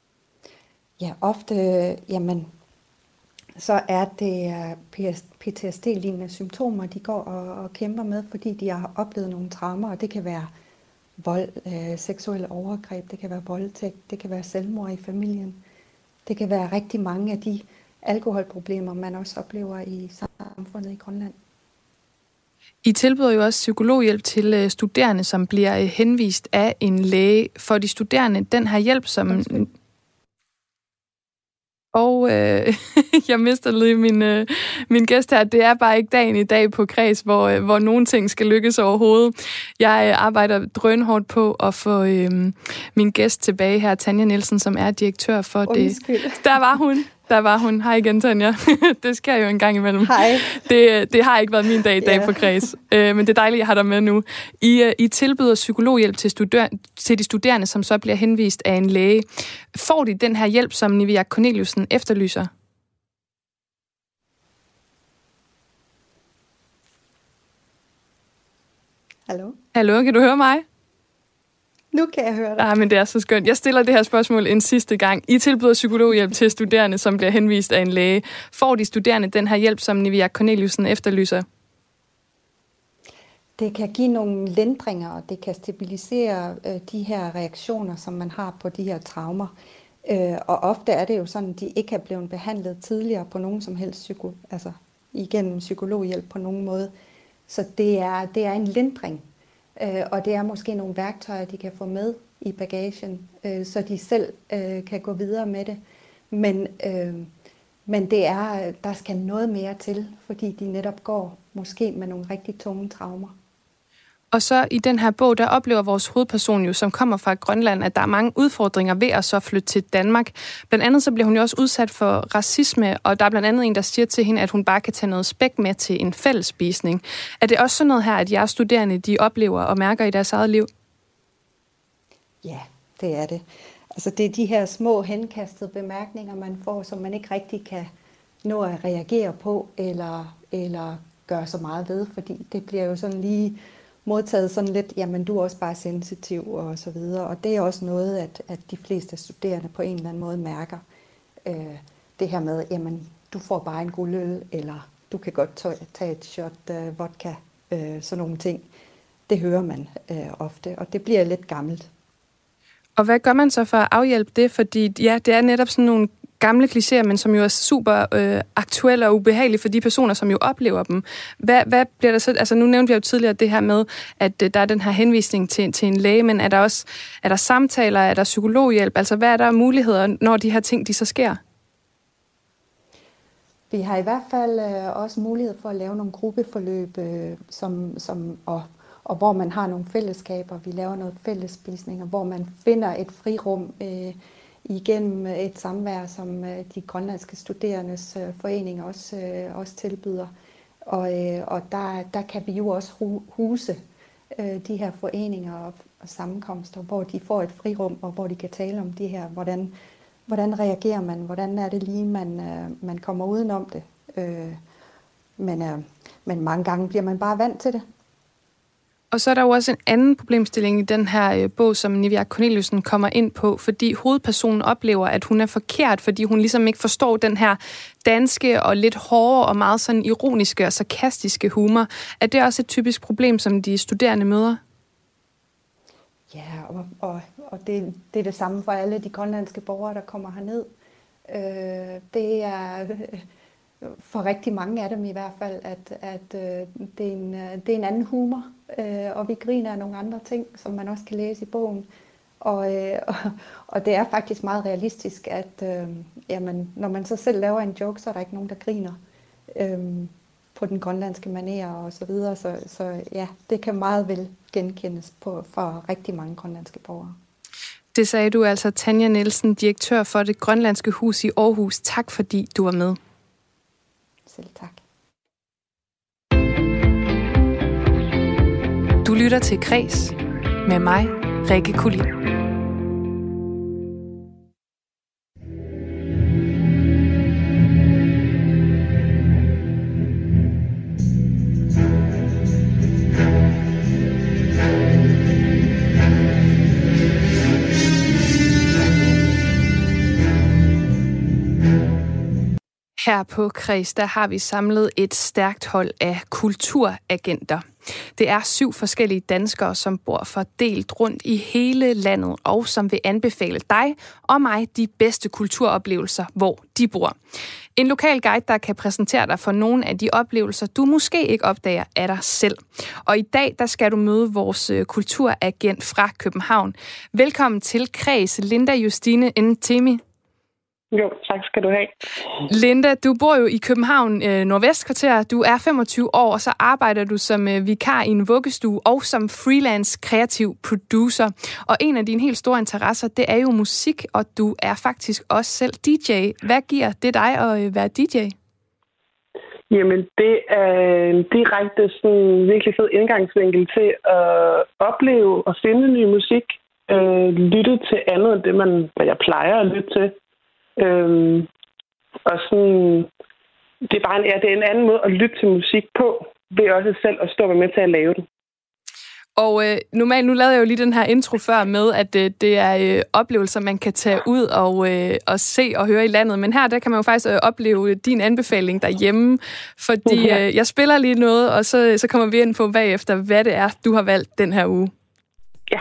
Ja, ofte, øh, jamen, så er det øh, P T S D-lignende symptomer, de går og, og kæmper med, fordi de har oplevet nogle traumer, og det kan være vold, øh, seksuelle overgreb, det kan være voldtægt, det kan være selvmord i familien. Det kan være rigtig mange af de alkoholproblemer, man også oplever i samfundet i Grønland. I tilbyder jo også psykologhjælp til studerende, som bliver henvist af en læge. For de studerende, den her hjælp, som... Okay. Og øh, jeg mister lige min, øh, min gæst her. Det er bare ikke dagen i dag på Kreds, hvor, øh, hvor nogle ting skal lykkes overhovedet. Jeg øh, arbejder drønhårdt på at få øh, min gæst tilbage her, Tanja Nielsen, som er direktør for Undskyld. det. Der var hun. Der var hun. Hej igen, Tanja. Det sker jo en gang imellem. Hej. Det, det har ikke været min dag i dag yeah. på Kreds. Øh, men det er dejligt, at jeg har dig med nu. I, I tilbyder psykologhjælp til, studer- til de studerende, som så bliver henvist af en læge. Får de den her hjælp, som Niviaq Korneliussen efterlyser? Hallo? Hallo, kan du høre mig? Nu kan jeg høre dig. Ah, men det er så skønt. Jeg stiller det her spørgsmål en sidste gang. I tilbyder psykologhjælp til studerende, som bliver henvist af en læge. Får de studerende den her hjælp, som Niviaq Korneliussen efterlyser? Det kan give nogle lindringer, og det kan stabilisere øh, de her reaktioner, som man har på de her traumer. Øh, og ofte er det jo sådan, at de ikke er blevet behandlet tidligere på nogen som helst psyko, altså igennem psykologhjælp på nogen måde. Så det er, det er en lindring. Øh, og det er måske nogle værktøjer, de kan få med i bagagen, øh, så de selv øh, kan gå videre med det. Men, øh, men det er, der skal noget mere til, fordi de netop går måske med nogle rigtig tunge traumer. Og så i den her bog, der oplever vores hovedperson jo, som kommer fra Grønland, at der er mange udfordringer ved at så flytte til Danmark. Blandt andet så bliver hun jo også udsat for racisme, og der er blandt andet en, der siger til hende, at hun bare kan tage noget spæk med til en fællesspisning. Er det også sådan noget her, at jeres studerende, de oplever og mærker i deres eget liv? Ja, det er det. Altså det er de her små henkastede bemærkninger, man får, som man ikke rigtig kan nå at reagere på, eller, eller gøre så meget ved, fordi det bliver jo sådan lige modtaget sådan lidt, jamen du er også bare sensitiv og så videre, og det er også noget, at, at de fleste studerende på en eller anden måde mærker. Øh, det her med, jamen du får bare en god øl, eller du kan godt tage et shot uh, vodka, øh, sådan nogle ting. Det hører man øh, ofte, og det bliver lidt gammelt. Og hvad gør man så for at afhjælpe det? Fordi ja, det er netop sådan nogle gamle klichéer, men som jo er super øh, aktuelle og ubehagelige for de personer, som jo oplever dem. Hvad, hvad bliver der så? Altså nu nævnte vi jo tidligere det her med, at øh, der er den her henvisning til, til en læge, men er der også er der samtaler, er der psykologhjælp? Altså hvad er der muligheder, når de her ting de så sker? vi har i hvert fald øh, også mulighed for at lave nogle gruppeforløb, øh, som, som, og, og hvor man har nogle fællesskaber. Vi laver noget fællesspisninger, hvor man finder et frirum øh, igennem et samvær, som øh, de grønlandske studerendes øh, forening også, øh, også tilbyder. Og, øh, og der, der kan vi jo også huse øh, de her foreninger og, og sammenkomster, hvor de får et frirum, og hvor de kan tale om de her, hvordan, hvordan reagerer man, hvordan er det lige, man, øh, man kommer udenom det. Øh, men, øh, men mange gange bliver man bare vant til det. Og så er der jo også en anden problemstilling i den her øh, bog, som Niviaq Korneliussen kommer ind på, fordi hovedpersonen oplever, at hun er forkert, fordi hun ligesom ikke forstår den her danske og lidt hårde og meget sådan ironiske og sarkastiske humor. Er det også et typisk problem, som de studerende møder? Ja, og, og, og det, det er det samme for alle de grønlandske borgere, der kommer herned. Øh, det er... Øh, For rigtig mange af dem i hvert fald, at, at øh, det, er en, det er en anden humor, øh, og vi griner af nogle andre ting, som man også kan læse i bogen. Og, øh, og, og det er faktisk meget realistisk, at øh, jamen, når man så selv laver en joke, så er der ikke nogen, der griner øh, på den grønlandske manér og så videre. Så, så ja, det kan meget vel genkendes på, for rigtig mange grønlandske borgere. Det sagde du altså, Tanja Nielsen, direktør for Det Grønlandske Hus i Aarhus. Tak fordi du var med. Selv tak. Du lytter til Kreds med mig, Rikke Kulin. Her på Kreds, der har vi samlet et stærkt hold af kulturagenter. Det er syv forskellige danskere, som bor fordelt rundt i hele landet, og som vil anbefale dig og mig de bedste kulturoplevelser, hvor de bor. En lokal guide, der kan præsentere dig for nogle af de oplevelser, du måske ikke opdager af dig selv. Og i dag, der skal du møde vores kulturagent fra København. Velkommen til Kreds, Linda Justine Ntemi. Jo, tak skal du have. Linda, du bor jo i København øh, Nordvestkvarter. Du er femogtyve år, og så arbejder du som øh, vikar i en vuggestue og som freelance kreativ producer. Og en af dine helt store interesser, det er jo musik, og du er faktisk også selv D J. Hvad giver det dig at øh, være D J? Jamen, det er en direkte sådan, virkelig fed indgangsvinkel til at opleve og finde ny musik. Øh, lytte til andet end det, man, hvad jeg plejer at lytte til. Øhm, og sådan, det er bare en, ja, det er en anden måde at lytte til musik på, ved også selv at stå med til at lave den. Og øh, normalt, nu lavede jeg jo lige den her intro før med, at øh, det er øh, oplevelser, man kan tage ud og, øh, og se og høre i landet. Men her, der kan man jo faktisk øh, opleve din anbefaling derhjemme, fordi øh, jeg spiller lige noget, og så, så kommer vi ind på bagefter, hvad det er, du har valgt den her uge. Ja.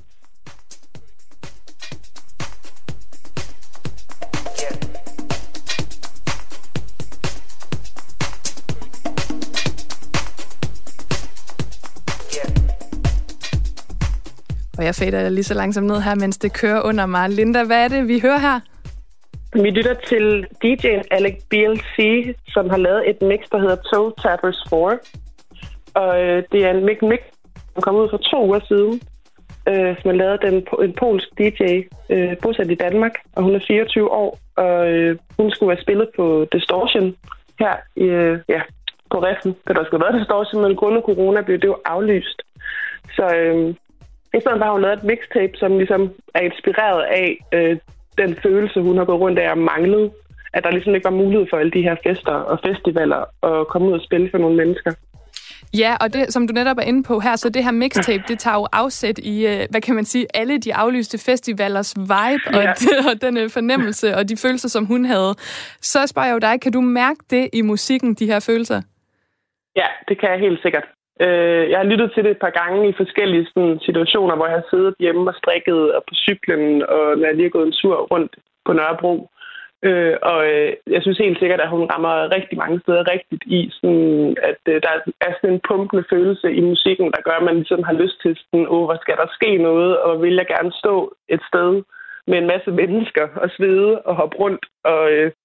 Og jeg fader lige så langsomt ned her, mens det kører under mig. Linda, hvad er det, vi hører her? Vi lytter til D J'en Alec B L C, som har lavet et mix, der hedder Toe Tappers fire. Og øh, det er en mix, mix, som kom ud for to uger siden, øh, som har lavet den, en polsk D J, øh, bosat i Danmark, og hun er fireogtyve år, og øh, hun skulle have spillet på Distortion her i, øh, ja, på Reffen. Det der skulle have været Distortion, men grundet corona blev det jo aflyst. Så øh, i stedet har hun lavet et mixtape, som ligesom er inspireret af øh, den følelse, hun har gået rundt af og manglet. At der ligesom ikke var mulighed for alle de her fester og festivaler at komme ud og spille for nogle mennesker. Ja, og det, som du netop er inde på her, så det her mixtape, det tager jo afsæt i, hvad kan man sige, alle de aflyste festivalers vibe, ja. og, og den fornemmelse og de følelser, som hun havde. Så spørger jeg jo dig, kan du mærke det i musikken, de her følelser? Ja, det kan jeg helt sikkert. Jeg har lyttet til det et par gange i forskellige sådan, situationer, hvor jeg har siddet hjemme og strikket og på cyklen, og når jeg lige har gået en tur rundt på Nørrebro. Øh, og øh, jeg synes helt sikkert, at hun rammer rigtig mange steder rigtigt i, sådan, at øh, der er sådan en pumpende følelse i musikken, der gør, at man ligesom har lyst til sådan, åh, hvor skal der ske noget, og vil jeg gerne stå et sted med en masse mennesker og svede og hoppe rundt og, øh,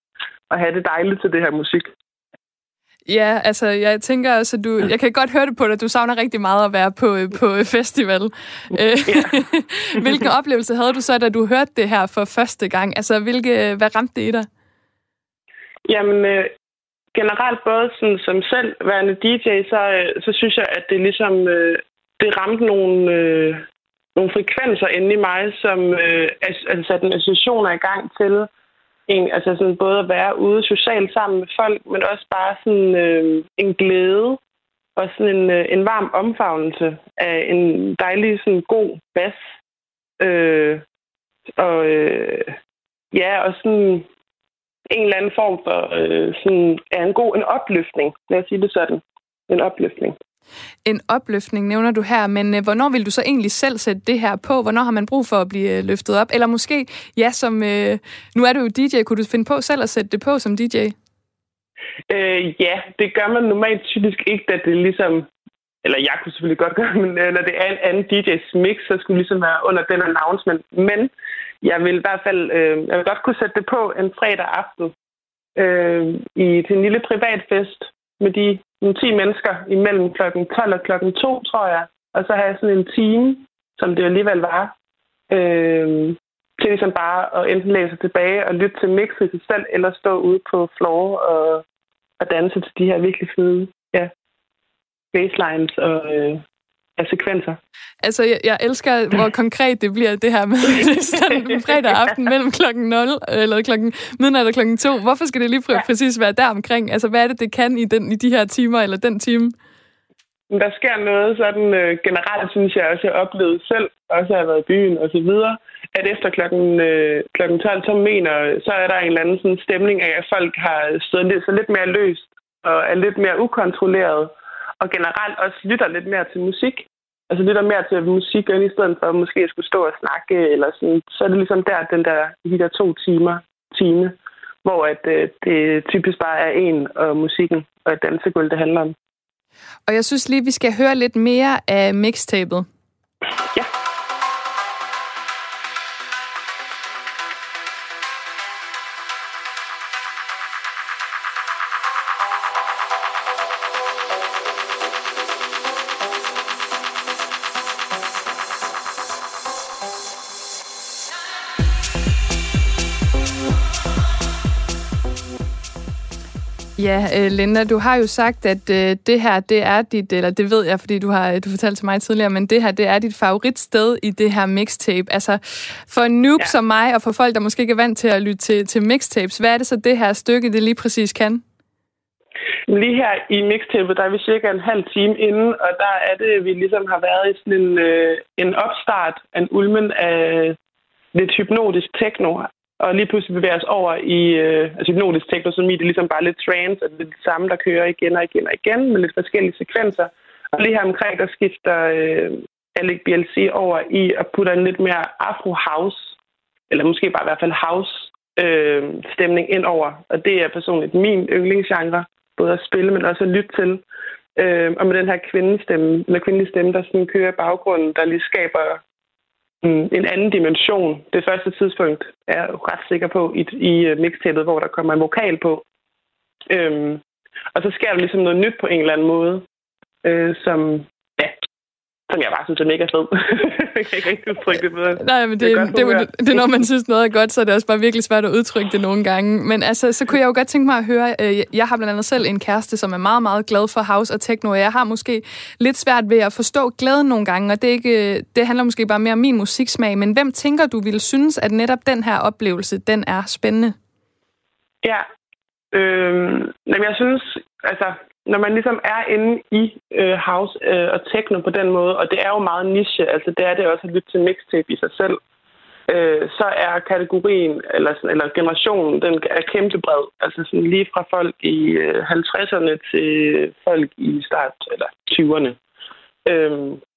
at have det dejligt til det her musik. Ja, altså jeg tænker også, at du, jeg kan godt høre det på dig, du savner rigtig meget at være på, på festival. Ja. Hvilken oplevelse havde du så, da du hørte det her for første gang? Altså, hvilke, hvad ramte det i dig? Jamen, øh, generelt både sådan, som selv værende D J, så, øh, så synes jeg, at det ligesom, øh, det ramte nogle, øh, nogle frekvenser inde i mig, som øh, altså satte en association i gang til en, altså sådan både at være ude socialt sammen med folk, men også bare sådan øh, en glæde og sådan en, øh, en varm omfavnelse af en dejlig sådan god bas. Øh, og øh, ja, og sådan en eller anden form for øh, sådan, er en god en opløftning, lad os sige det sådan. En opløftning. En opløftning nævner du her, men øh, hvornår vil du så egentlig selv sætte det her på? Hvornår har man brug for at blive øh, løftet op? Eller måske, ja, som øh, nu er du jo D J, kunne du finde på selv at sætte det på som D J? Øh, ja, det gør man normalt typisk ikke, da det ligesom, eller jeg kunne selvfølgelig godt gøre, men øh, når det er en anden D J's mix, så skulle det ligesom være under den announcement. Men jeg vil i hvert fald, øh, jeg vil godt kunne sætte det på en fredag aften øh, i, til en lille privatfest med de ti mennesker imellem klokken tolv og klokken to, tror jeg. Og så har jeg sådan en time, som det alligevel var, øh, til ligesom bare at enten læse tilbage og lytte til mixet sig selv, eller stå ude på floor og, og danse til de her virkelig fede ja, basslines og øh, ja, sekvenser. Altså, jeg, jeg elsker, hvor konkret det bliver, det her med sådan fredag aften mellem klokken nul, eller klokken midnat og klokken to. Hvorfor skal det lige pr- præcis være der omkring? Altså, hvad er det, det kan i, den, i de her timer, eller den time? Der sker noget sådan øh, generelt, synes jeg også, jeg har oplevet selv, også har jeg været i byen og så videre, at efter klokken, øh, klokken tolv, så mener, så er der en eller anden sådan stemning af, at folk har stået lidt, så lidt mere løst, og er lidt mere ukontrolleret, og generelt også lytter lidt mere til musik. Altså lytter mere til musik, i stedet for at måske skulle stå og snakke, eller sådan. Så er det ligesom der, den der, de der to timer, time, hvor at, øh, det typisk bare er en og musikken, og et dansegulv, det handler om. Og jeg synes lige, vi skal høre lidt mere af mixtapet. Ja. Ja, øh, Linda, du har jo sagt, at øh, det her, det er dit, eller det ved jeg, fordi du har du fortalte til mig tidligere, men det her, det er dit favoritsted i det her mixtape. Altså, for en noob ja. som mig, og for folk, der måske ikke er vant til at lytte til, til mixtapes, hvad er det så det her stykke, det lige præcis kan? Lige her i mixtapet, der er vi cirka en halv time inde, og der er det, vi ligesom har været i sådan en, øh, en opstart, en ulmen af lidt hypnotisk techno, og lige pludselig bevæger os over i øh, altså hypnotisk techno, som i det er ligesom bare lidt trance, og det er det samme, der kører igen og igen og igen, med lidt forskellige sekvenser. Og lige her omkring, der skifter øh, Alec B L C over i at putte en lidt mere afro-house, eller måske bare i hvert fald house-stemning øh, ind over. Og det er personligt min yndlingsgenre, både at spille, men også at lytte til. Øh, og med den her kvindestemme, eller kvindelige stemme, der sådan kører i baggrunden, der lige skaber en anden dimension. Det første tidspunkt er jeg ret sikker på i, i mixtapet, hvor der kommer en vokal på. Øhm, og så sker der ligesom noget nyt på en eller anden måde, øh, som, ja, som jeg bare synes er mega fed. Jeg kan ikke rigtig udtrykke det bedre. Nej, men det, det, det, det, det er når man synes noget er godt, så er det også bare virkelig svært at udtrykke det nogle gange. Men altså, så kunne jeg jo godt tænke mig at høre, øh, jeg har blandt andet selv en kæreste, som er meget, meget glad for house og techno, og jeg har måske lidt svært ved at forstå glæden nogle gange, og det, er ikke, det handler måske bare mere om min musiksmag, men hvem tænker du ville synes, at netop den her oplevelse, den er spændende? Ja, øh, jamen jeg synes, altså når man ligesom er inde i øh, house øh, og techno på den måde, og det er jo meget niche, altså det er det også at lytte til mixtape i sig selv, øh, så er kategorien, eller, eller generationen, den er kæmpe bred. Altså sådan lige fra folk i øh, halvtredserne til folk i start, eller tyverne. Øh,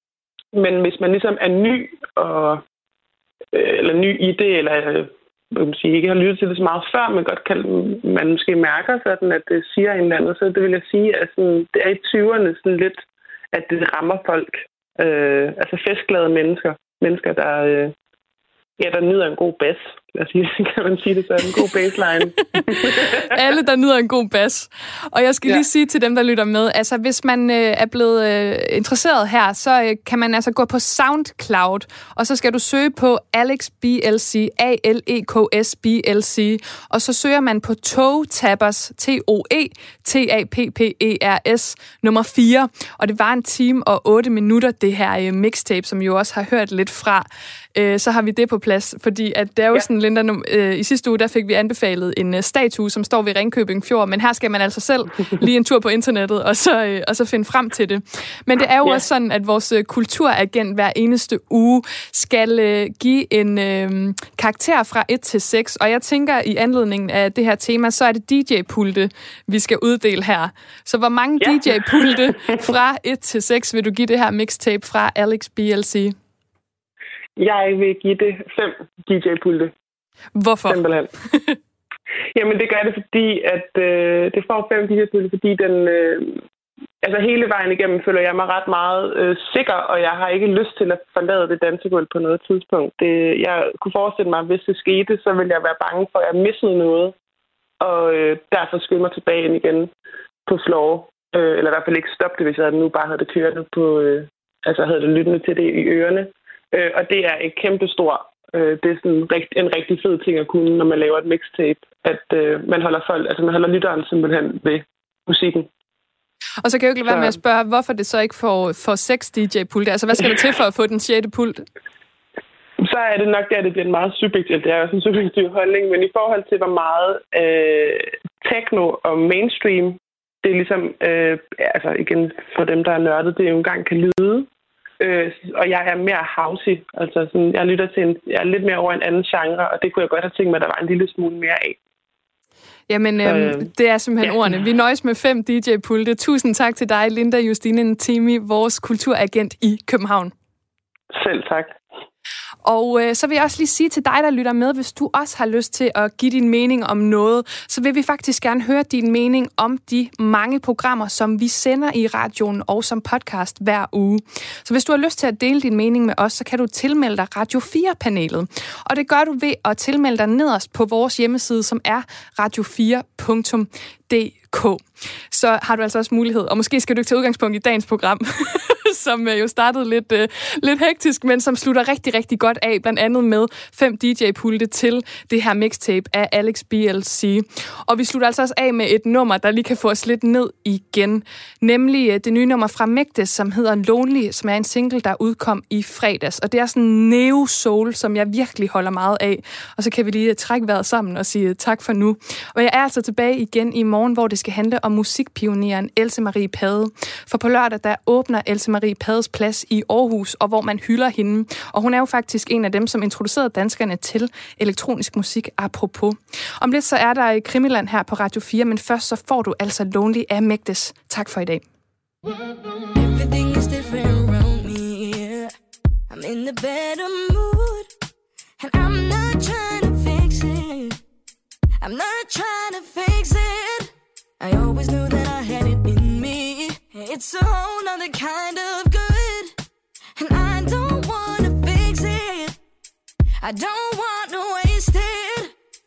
men hvis man ligesom er ny, og, øh, eller ny i det, eller jeg kan sige, ikke har lyttet til det så meget før, men godt kan man måske mærker sådan, at det siger en eller anden. Så det vil jeg sige, at sådan, det er i tyverne sådan lidt, at det rammer folk. Øh, altså festglade mennesker. Mennesker, der, øh, Ja, der nyder en god bass. Lad os sige, kan man sige det så, en god bassline. Alle, der nyder en god bass. Og jeg skal ja. lige sige til dem, der lytter med, altså hvis man øh, er blevet øh, interesseret her, så øh, kan man altså gå på SoundCloud, og så skal du søge på Alex B L C, A L E K S B L C, og så søger man på Toe Tappers, T O E T A P P E R S, nummer fire. Og det var en time og otte minutter, det her øh, mixtape, som jo også har hørt lidt fra. Øh, så har vi det på plads, fordi at det er jo ja. sådan, Linda, øh, i sidste uge, der fik vi anbefalet en øh, statue, som står ved Ringkøbing Fjord, men her skal man altså selv lige en tur på internettet, og så, øh, og så finde frem til det. Men det er jo ja. også sådan, at vores øh, kulturagent hver eneste uge skal øh, give en øh, karakter fra et til seks, og jeg tænker, i anledningen af det her tema, så er det D J-pulte, vi skal uddele her. Så hvor mange ja. D J-pulte fra et til seks vil du give det her mixtape fra Alex B L C? Jeg vil give det fem D J-pulte. Hvorfor? Simpelthen. Jamen, det gør det, fordi at øh, det får fem D J-pulte, fordi den... Øh, altså, hele vejen igennem føler jeg mig ret meget øh, sikker, og jeg har ikke lyst til at forlade det dansegulv på noget tidspunkt. Det, jeg kunne forestille mig, at hvis det skete, så ville jeg være bange for, at jeg missede noget, og øh, derfor skynde mig tilbage ind igen på floor. Øh, eller i hvert fald ikke stoppe det, hvis jeg nu bare havde det kørende på... Øh, altså, havde det lyttende til det i ørerne. Øh, og det er et kæmpe stor, øh, det er sådan rigt, en rigtig fed ting at kunne, når man laver et mixtape, at øh, man holder folk, altså man holder lytteren simpelthen ved musikken. Og så kan jeg jo ikke lade være med at spørge, hvorfor det så ikke får, får seks D J-pulte? Altså, hvad skal der til for at få den sjette pult? Så er det nok der, det bliver en meget subjektiv, det er også en subjektiv holdning, men i forhold til, hvor meget øh, techno og mainstream, det er ligesom, øh, altså igen, for dem, der er nørdet, det jo engang kan lyde. Øh, og jeg er mere housey, altså sådan, jeg lytter til en, jeg er lidt mere over en anden genre, og det kunne jeg godt have tænkt mig, at der var en lille smule mere af. Jamen, øhm, øh, det er simpelthen ja. ordene. Vi nøjes med fem D J-pulte. Tusind tak til dig, Linda Justine Ntimi, vores kulturagent i København. Selv tak. Og øh, så vil jeg også lige sige til dig, der lytter med, hvis du også har lyst til at give din mening om noget, så vil vi faktisk gerne høre din mening om de mange programmer, som vi sender i radioen og som podcast hver uge. Så hvis du har lyst til at dele din mening med os, så kan du tilmelde dig Radio fire-panelet. Og det gør du ved at tilmelde dig nederst på vores hjemmeside, som er radio fire punktum d k. Så har du altså også mulighed, og måske skal du ikke tage udgangspunkt i dagens program, som jo startede lidt, uh, lidt hektisk, men som slutter rigtig, rigtig godt af, blandt andet med fem D J-pulte til det her mixtape af Alex B L C. Og vi slutter altså også af med et nummer, der lige kan få os lidt ned igen, nemlig uh, det nye nummer fra Mægdes, som hedder Lonely, som er en single, der udkom i fredags. Og det er sådan en neo-soul, som jeg virkelig holder meget af. Og så kan vi lige trække vejret sammen og sige tak for nu. Og jeg er altså tilbage igen i morgen, hvor det skal handle om musikpioneren Else Marie Pade. For på lørdag, der åbner Else Marie Pades plads i Aarhus, og hvor man hylder hende. Og hun er jo faktisk en af dem, som introducerede danskerne til elektronisk musik apropos. Om lidt så er der i Krimiland her på Radio fire, men først så får du altså Lonely af Mægdes. Tak for i dag. Everything is different around me, yeah. I'm in the better mood, and I'm not trying to fix it. I'm not trying to fix it. I always knew that I had it in me. It's a whole nother kind of good, and I don't wanna fix it. I don't wanna waste it.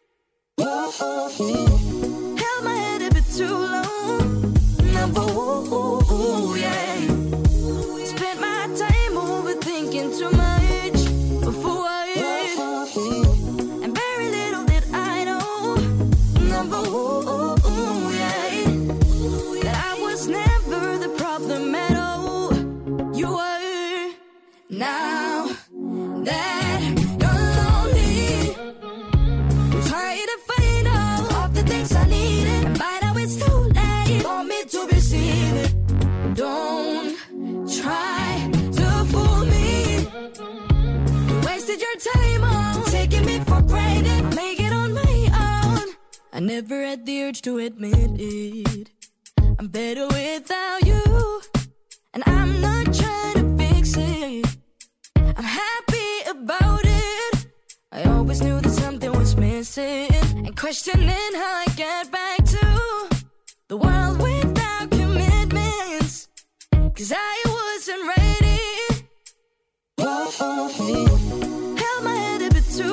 Held my head a bit too long. Now, ooh, yeah. Spent my time overthinking too much before I hit. And very little did I know. Now, ooh, yeah. That I was never the problem at all. You were. Now that you're lonely, try to find all of the things I needed. By now it's too late for me to receive it. Don't try to fool me. You wasted your time on taking me for granted. Make it on my own. I never had the urge to admit it. I'm better without you, and I'm not trying to fix it. I'm happy about it. I always knew that something was missing, and questioning how I get back to the world without commitments, 'cause I wasn't ready. Held my head a bit too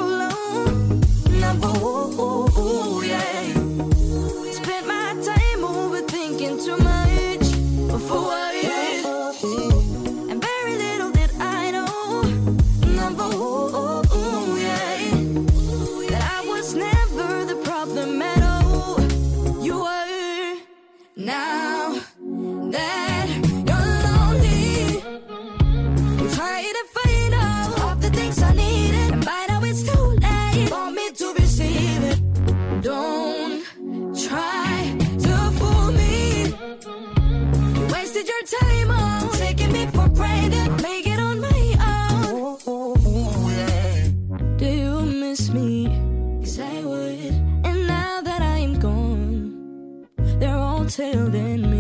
now that you're lonely, I'm trying to find out all the things I needed, and by now it's too late for me to receive it. Don't try to fool me. You wasted your time on taking me for granted. I'll make it on my own. Do you miss me? 'Cause I would. And now that I am gone, they're all telling me